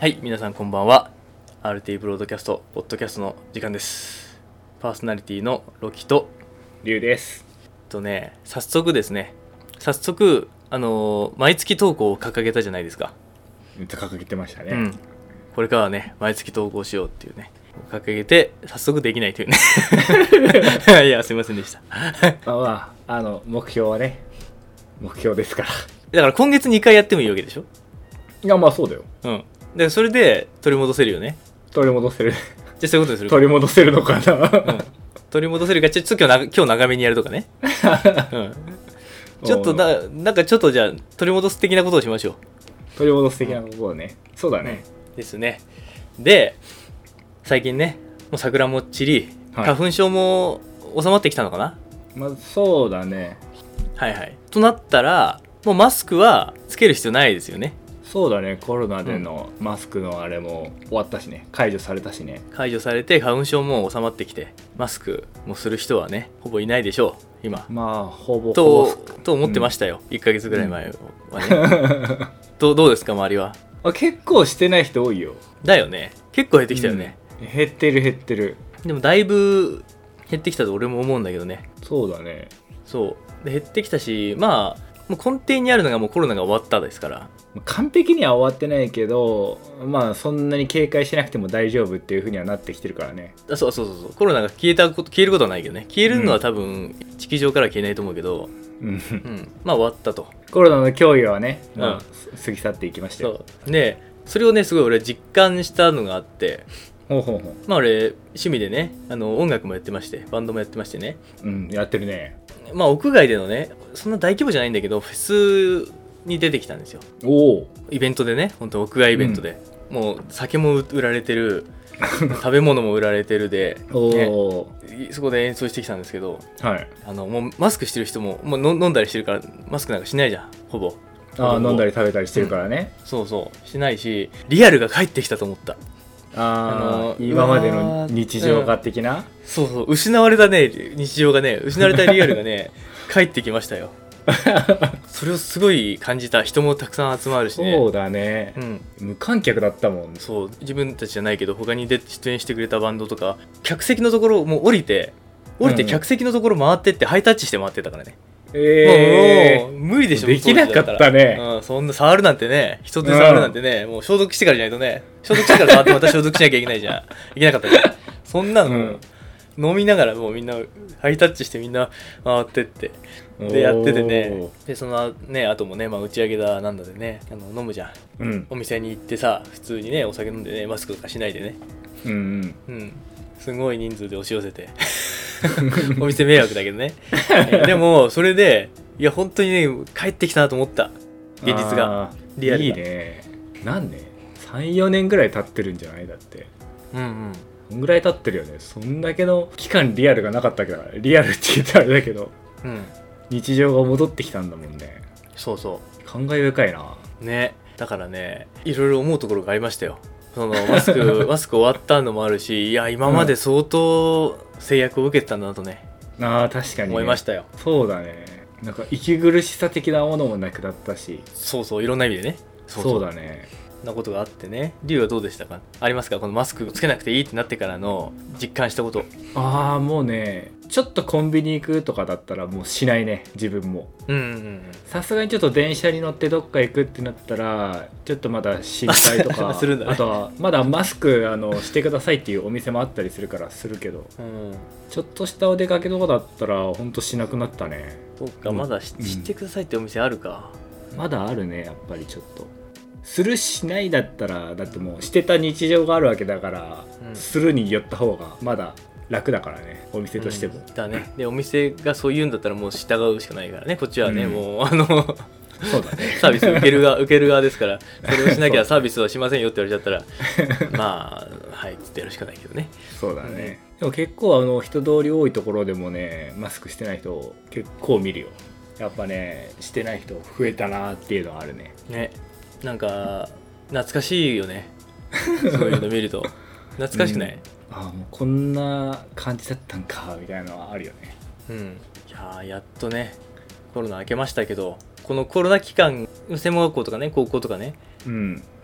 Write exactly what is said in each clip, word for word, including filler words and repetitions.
はい、皆さんこんばんは。 アールティー ブロードキャストポッドキャストの時間です。パーソナリティのロキとリュウです。 とね、早速ですね早速あのー毎月投稿を掲げたじゃないですか。 めっちゃ掲げてましたね、 うん、これからはね毎月投稿しようっていうね掲げて早速できないというねいやすいませんでしたまあまああの目標はね目標ですからだから今月にかいやってもいいわけでしょ。 いやまあそうだよ。 うんでそれで取り戻せるよね。 取り戻せるじゃあそういうことにする取り戻せるのかな、うん、 取り戻せるかちょっと今日な今日長めにやるとかね、うん、ちょっとななんかちょっとじゃあ取り戻す的なことをしましょう。 取り戻す的なことをね、うん、そうだね、 うん、ですね。で最近ねもう桜もっちり、はい、花粉症も収まってきたのかな。 まあそうだね。 はいはいとなったらもうマスクはつける必要ないですよね。 そうだね。コロナでのマスクのあれも終わったしね、解除されたしね。 解除されて花粉症も収まってきてマスクもする人はねほぼいないでしょう今。 まあほぼとほぼと思ってましたよ、うん、いっかげつぐらい前はね、うん、ど, どうですか周りは。 あ結構してない人多いよ。 だよね結構減ってきたよね、 うん、減ってる減ってる。 でもだいぶ減ってきたと俺も思うんだけどね。 そうだね。 そうで減ってきたしまあもう根底にあるのがもうコロナが終わったですから。 完璧には終わってないけどまあそんなに警戒しなくても大丈夫っていう風にはなってきてるからね。 あそうそうそうそうコロナが消えたこと消えることはないけどね。消えるのは多分地球上からは消えないと思うけど、うん、うん、まあ終わったと。 コロナの脅威はね、うん、過ぎ去っていきましたよ。 そうでそれをねすごい俺実感したのがあって、 ほうほうほう。 まあ俺趣味でねあの音楽もやってましてバンドもやってましてね。 うんやってるね。 まあ屋外でのねそんな大規模じゃないんだけどフェスに出てきたんですよ。 おお。 イベントでね本当屋外イベントで、うん、もう酒も売られてる食べ物も売られてるで、ね、おそこで演奏してきたんですけど、 はい、 あのもうマスクしてる人ももう飲んだりしてるからマスクなんかしないじゃんほぼ。 ああ飲んだり食べたりしてるからね、 うん、そうそうしないしリアルが帰ってきたと思った。 ああの今までの日常が的な、うん、 そうそう失われたね日常がね失われたリアルがね帰ってきましたよそれをすごい感じた。人もたくさん集まるしね。 そうだね、うん、無観客だったもん。 そう自分たちじゃないけど他に出演してくれたバンドとか客席のところもう降りて降りて客席のところ回ってってハイタッチして回ってたからね。 えー、 もう無理でしょ。 できなかったね、 うん、そんな触るなんてね人で触るなんてね、うん、もう消毒してからじゃないとね消毒してから触ってまた消毒しなきゃいけないじゃんいけなかったじゃんそんなの、うん、飲みながらもうみんなハイタッチしてみんな回ってってでやっててね。でそのね後もね、まあ、打ち上げだなんだでねあの飲むじゃん、うん、お店に行ってさ普通にねお酒飲んでねマスクとかしないでね、うんうんうん、すごい人数で押し寄せてお店迷惑だけどねでもそれでいや本当にね帰ってきたなと思った。現実がリアルがいいね。 何年 さん,よ 年ぐらい経ってるんじゃない。だってうんうんそんぐらい経ってるよね。そんだけの期間リアルがなかったから。リアルって言ったらあれだけど、うん、日常が戻ってきたんだもんね。 そうそう感慨深いなね。だからねいろいろ思うところがありましたよ。そのマスクマスク終わったのもあるしいや今まで相当制約を受けてたんだなとね、 うん、あ確かに、ね、 思いましたよ。 そうだね。なんか息苦しさ的なものもなくなったし。 そうそういろんな意味でね。 そうそう、そうだね。 なことがあってね。リュウはどうでしたか。ありますかこのマスクつけなくていいってなってからの実感したこと。 ああもうねちょっとコンビニ行くとかだったらもうしないね自分も。さすがにちょっと電車に乗ってどっか行くってなったらちょっとまだ心配とかするんだ、ね、あとはまだマスクあのしてくださいっていうお店もあったりするからするけど、うん、ちょっとしたお出かけとかだったらほんとしなくなったね。 そうかまだ し,、うん、してくださいってお店あるか。 まだあるねやっぱりちょっと。するしないだったらだってもうしてた日常があるわけだから、うん、するに寄った方がまだ楽だからねお店としても、 うん、だね。でお店がそう言うんだったらもう従うしかないからねこっちはね、うん、もうあのそうだねサービス受ける側受ける側ですからそれをしなきゃサービスはしませんよって言われちゃったらまあはいってやるしかないけどね。 そうだね、うん、でも結構あの人通り多いところでもねマスクしてない人結構見るよ。やっぱねしてない人増えたなっていうのはあるね。 ねなんか懐かしいよねそういうの見ると懐かしくない、 うん、あもうこんな感じだったんかみたいなのはあるよね。 うんいややっとねコロナ明けましたけどこのコロナ期間専門学校とかね高校とかね、 うん、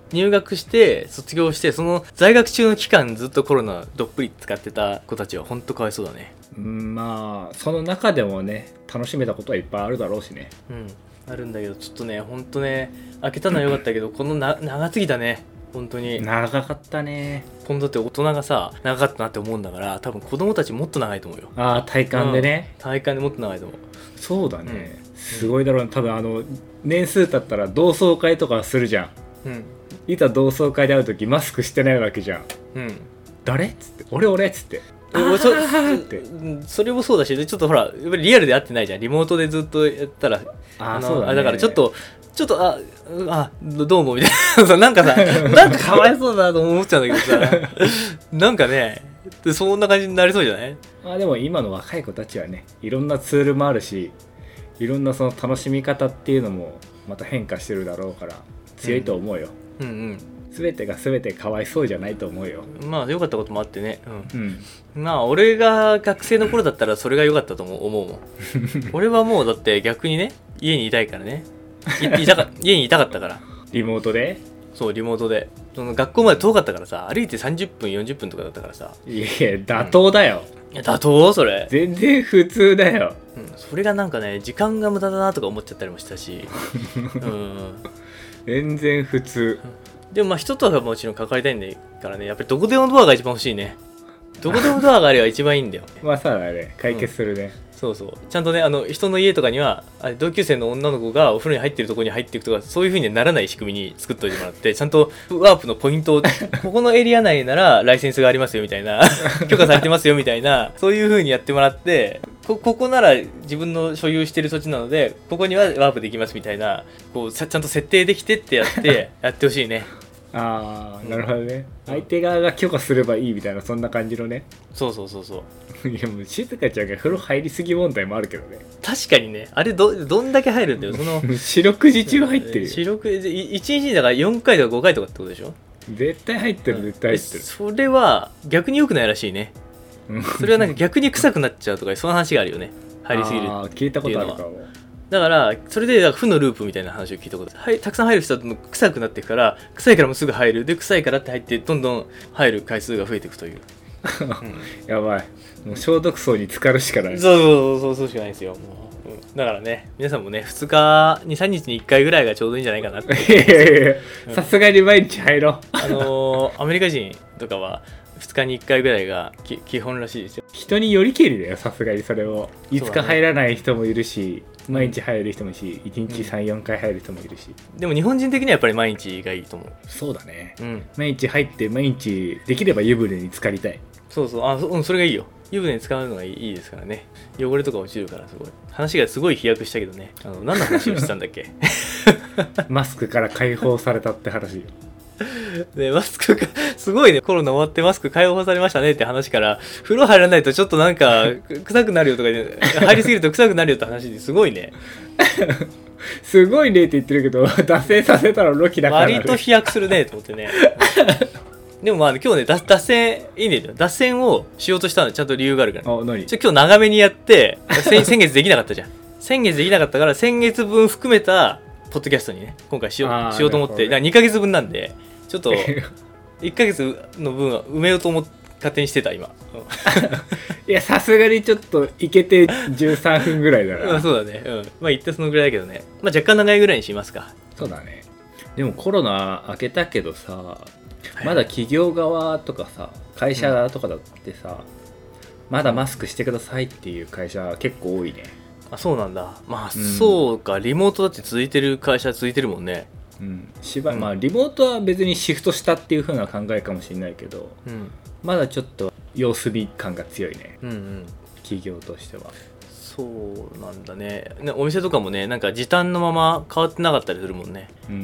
入学して卒業してその在学中の期間ずっとコロナどっぷり使ってた子たちはほんとかわいそうだね。 うん、まあその中でもね楽しめたことはいっぱいあるだろうしね。 うんあるんだけどちょっとねほんとね開けたのは良かったけどこのな長すぎたね本当に。 長かったね。 今度って大人がさ長かったなって思うんだから多分子供たちもっと長いと思うよ。 ああ体感でね、 うん、体感でもっと長いと思う。 そうだね、うん、すごいだろう、多分あの年数経ったら同窓会とかするじゃん、うん、いざ同窓会で会う時マスクしてないわけじゃん、うん、誰っつって俺俺っつってあそ, ってそれもそうだしちょっとほらやっぱりリアルで会ってないじゃん。リモートでずっとやったらああそうだね。 だからちょっとちょっとああどうもみたいななんかさなんかかわいそうだなと思っちゃうんだけどさなんかねそんな感じになりそうじゃない？ あでも今の若い子たちはねいろんなツールもあるしいろんなその楽しみ方っていうのもまた変化してるだろうから強いと思うよ、うん、うんうん全てが全てかわいそうじゃないと思うよ。 まあ良かったこともあってね、うん、うん、まあ俺が学生の頃だったらそれが良かったと思うもん俺はもうだって逆にね家にいたいからねいいたか家にいたかったからリモートでそうリモートでその学校まで遠かったからさ歩いてさんじゅっぷんよんじゅっぷんとかだったからさ。 いや妥当だよ、 うん、いや妥当それ全然普通だよ、 うん、それがなんかね時間が無駄だなとか思っちゃったりもしたし、うん、 全然普通、 うん、でもまあ人とはもちろん関わりたいんだからねやっぱりどこでもドアが一番欲しいね。どこでもドアがあれば一番いいんだよまあそうだね解決するね、 うん、そうそうちゃんとねあの人の家とかにはあ同級生の女の子がお風呂に入ってるところに入っていくとかそういう風にならない仕組みに作っといてもらってちゃんとワープのポイントをここのエリア内ならライセンスがありますよみたいな許可されてますよみたいなそういう風にやってもらってこ, ここなら自分の所有してる土地なのでここにはワープできますみたいなこうちゃんと設定できてってやってやってほしいね。 ああなるほどね、うん、相手側が許可すればいいみたいなそんな感じのね。 そうそうそうそういやもう静香ちゃんが風呂入りすぎ問題もあるけどね。 確かにねあれ ど, どんだけ入るんだよその四六時中入ってるよ。 四六時いちにちだからよんかいとかごかいとかってことでしょ。 絶対入ってる絶対入ってる。 それは逆に良くないらしいね。それはなんか逆に臭くなっちゃうとかその話があるよね入りすぎる。 ああ聞いたことあるかも。 だからそれで負のループみたいな話を聞いたことある。たくさん入る人は臭くなっていくから臭いからもうすぐ入るで臭いからって入ってどんどん入る回数が増えていくという、 うん、やばいもう消毒槽に浸かるしかない。 そうそうそうそうしかないですよもう、うん、だからね皆さんもねふつかにさんにちにいっかいぐらいがちょうどいいんじゃないかなってさすがに毎日入ろうあのー、アメリカ人とかはふつかにいっかいぐらいが基本らしいですよ。 人によりけりだよさすがにそれを。いつか入らない人もいるし、ね、毎日入る人もいるしいちにちさん、よんかい入る人もいるし、 うん、でも日本人的にはやっぱり毎日がいいと思う。 そうだね、 うん、 毎日入って毎日できれば湯船に浸かりたい。 そうそうあ そ,、うん、それがいいよ。湯船に使うのがいいですからね。汚れとか落ちるからすごい話がすごい飛躍したけどね。あの何の話をしてたんだっけマスクから解放されたって話よでマスクがすごいねコロナ終わってマスク解放されましたねって話から風呂入らないとちょっとなんか臭くなるよとか、ね、入りすぎると臭くなるよって話ですごいねすごいねって言ってるけど脱線させたらロキだから、ね、 割と飛躍するねと思ってねでもまあ今日ね脱脱線いいね脱線をしようとしたのちゃんと理由があるから、ね、 あ何ちょ今日長めにやって先月できなかったじゃん先月できなかったから先月分含めたポッドキャストにね今回しようしようと思って、だからにかげつぶんなんでちょっといっかげつの分は埋めようと思って勝手にしてた今いやさすがにちょっといけてじゅうさんぷんぐらいだな、 うん、そうだね、うん、まあ言ったそのぐらいだけどね、まあ、若干長いぐらいにしますか。 そうだね。でもコロナ明けたけどさ、はい、まだ企業側とかさ会社側とかだってさ、うん、まだマスクしてくださいっていう会社結構多いね。 あそうなんだ。まあ、うん、そうかリモートだって続いてる会社続いてるもんね。 うん、しばまあリモートは別にシフトしたっていう風な考えかもしれないけど、うん、まだちょっと様子見感が強いね、うんうん、企業としては。 そうなんだね。お店とかもねなんか時短のまま変わってなかったりするもんね、うんうん、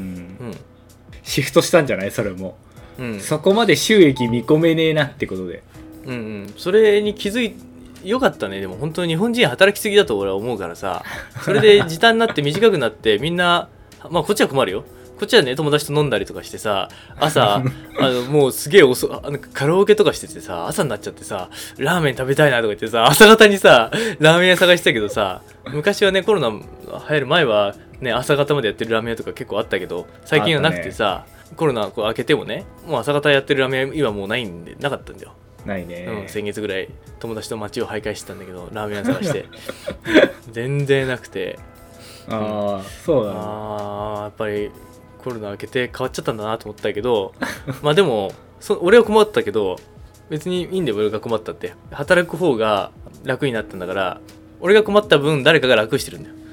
シフトしたんじゃないそれも、うん、そこまで収益見込めねえなってことで、 うんうん、それに気づいよかったね。でも本当に日本人働きすぎだと俺は思うからさそれで時短になって短くなってみんなまあこっちは困るよ。こっちはね友達と飲んだりとかしてさ朝あのもうすげえ遅あのカラオケとかしててさ朝になっちゃってさラーメン食べたいなとか言ってさ朝方にさラーメン屋探してたけどさ昔はねコロナ流行る前はね朝方までやってるラーメン屋とか結構あったけど最近はなくてさ、ね、 コロナこう明けてもね、もう朝方やってるラーメン屋今もうないんでなかったんだよ。 ないね、 うん、先月ぐらい友達と街を徘徊してたんだけどラーメン屋探して全然なくて、 ああ、うん、そうだね。 ああやっぱりコロナ明けて変わっちゃったんだなと思ったけどまあでもそ俺は困ったけど別にいいんだよ。俺が困ったって働く方が楽になったんだから、俺が困った分誰かが楽してるんだよ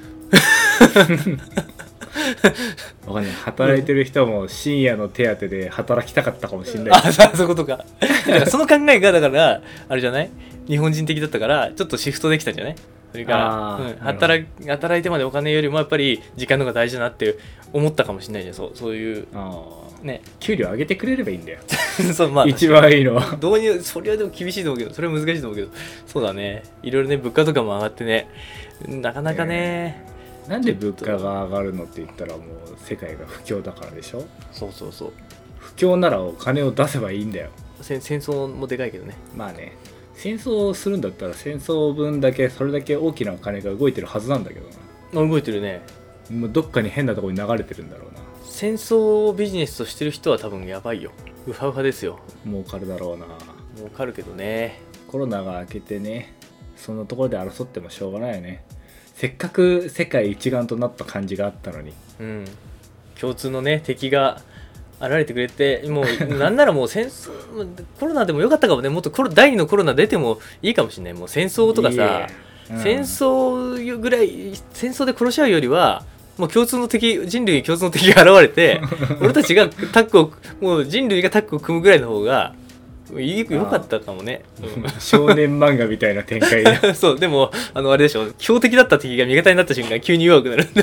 わかんない。働いてる人も深夜の手当で働きたかったかもしれない。 あ、そういうことか。だからその考えがだからあれじゃない、日本人的だったからちょっとシフトできたんじゃない。それから、うん、働働いてまでお金よりもやっぱり時間の方が大事だなって思ったかもしれないじゃん。そうそういうあね、 給料上げてくれればいいんだよそう、まあ、 一番いいのは導入、それはでも厳しいと思うけど、それは難しいと思うけど、そうだね、いろいろね、物価とかも上がってね、なかなかね、 えー、なんで物価が上がるのって言ったらもう世界が不況だからでしょ。 そうそうそう、 不況ならお金を出せばいいんだよ。 戦争もでかいけどね。 まあね、戦争をするんだったら戦争分だけそれだけ大きなお金が動いてるはずなんだけどな。動いてるね。 もうどっかに変なところに流れてるんだろうな。 戦争をビジネスとしてる人は多分やばいよ。ウハウハですよ。 儲かるだろうな。 儲かるけどね。 コロナが明けてね、そのところで争ってもしょうがないよね。せっかく世界一丸となった感じがあったのに。 うん。共通のね敵が現れてくれて、もうなんならもう戦争コロナでもよかったかもね。もっとコロ第二のコロナ出てもいいかもしれない。もう戦争とかさ、いい、うん、戦争ぐらい戦争で殺し合うよりは。もう共通の敵、人類共通の敵が現れて俺たちがタッグをもう人類がタッグを組むぐらいの方がよかったかもね、 うん、少年漫画みたいな展開でそうでもあのあれでしょ、強敵だった敵が味方になった瞬間急に弱くなるんで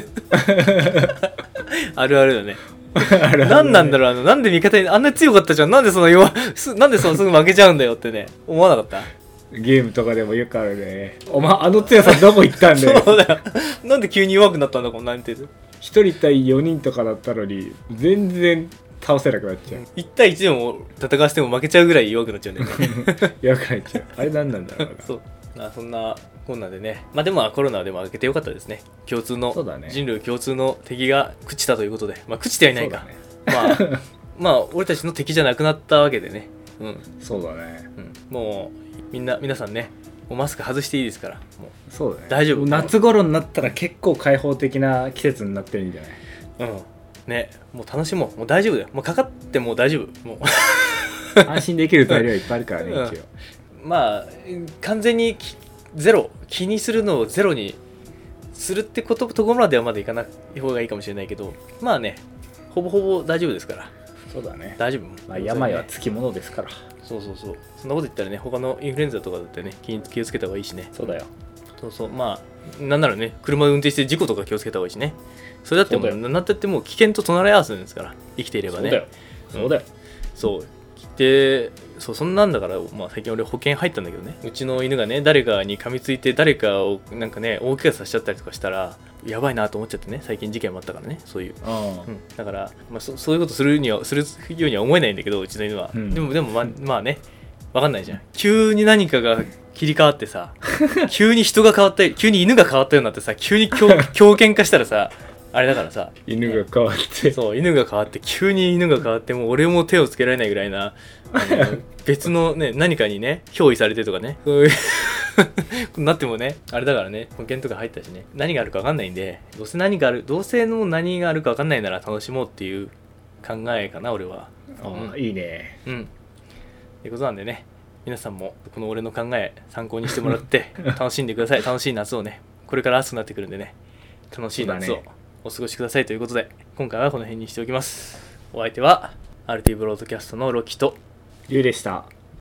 あるあるだね。何なんだろう、あのなんで味方にあんなに強かったじゃん、なんでその弱なんでそのすぐ負けちゃうんだよってね思わなかった。 ゲームとかでもよくあるね。お前あの強さどこ行ったんだよそうだよ。なんで急に弱くなったんだこんなんて。 ひとり対よにんとかだったのに全然倒せなくなっちゃう。 いち対いちでも戦わせても負けちゃうぐらい弱くなっちゃうんだよね弱くなっちゃう。あれ何なんだろうな。 そう、まあ、そんなこんなでね、まあでもコロナでも明けてよかったですね。共通の、ね、人類共通の敵が朽ちたということで、まあ朽ちてはいないか、ね、まあまあ俺たちの敵じゃなくなったわけでね。うん、 そうだね、 うん、もうみんな皆さんね、もうマスク外していいですから。もうそうだね、 大丈夫。 夏頃になったら結構開放的な季節になってるんじゃない。 うんね、もう楽しもう。もう大丈夫だよ。もうかかっても大丈夫。もう安心できる材料はいっぱいあるからね、うん、一応。 まあ完全にゼロ、気にするのをゼロにするってことところまではまだいかない方がいいかもしれないけど、まあね、ほぼほぼ大丈夫ですから。 そうだね、 大丈夫。 まあ、病はつきものですから。 そうそうそう。そんなこと言ったらね、他のインフルエンザとかだってね、気気をつけた方がいいしね。 そうだよ。 そうそう。まあなんならね、車運転して事故とか気をつけた方がいいしね。それだってもうなんだってもう危険と隣り合わせなんですから、生きていればね。 そうだよ。そうだよ。 そうで、そうそんなんだから、まあ、最近俺保険入ったんだけどね、うちの犬がね誰かに噛みついて誰かをなんかね大怪我させちゃったりとかしたらやばいなと思っちゃってね、最近事件もあったからね、そういう、うん、だから、まあ、そ, そういうことするにはするようには思えないんだけど、うちの犬は、うん、でもでもまあ、まあね、分かんないじゃん。急に何かが切り替わってさ急に人が変わった急に犬が変わったようになってさ、急に狂狂犬化したらさあれだからさ、 犬が変わってそう犬が変わって急に犬が変わってもう俺も手をつけられないぐらいなあの別のね何かにね憑依されてとかねそういうなってもねあれだからね、保険とか入ったしね、何があるか分かんないんで、どうせ何があるどうせの何があるか分かんないなら楽しもうっていう考えかな俺は。 あ、うん、いいね。 うんってことなんでね、皆さんもこの俺の考え参考にしてもらって楽しんでください。楽しい夏をね、これから暑くなってくるんでね、楽しい夏をお過ごしくださいということで、今回はこの辺にしておきます。お相手は アールティー ブロードキャストのロキとリュウでした。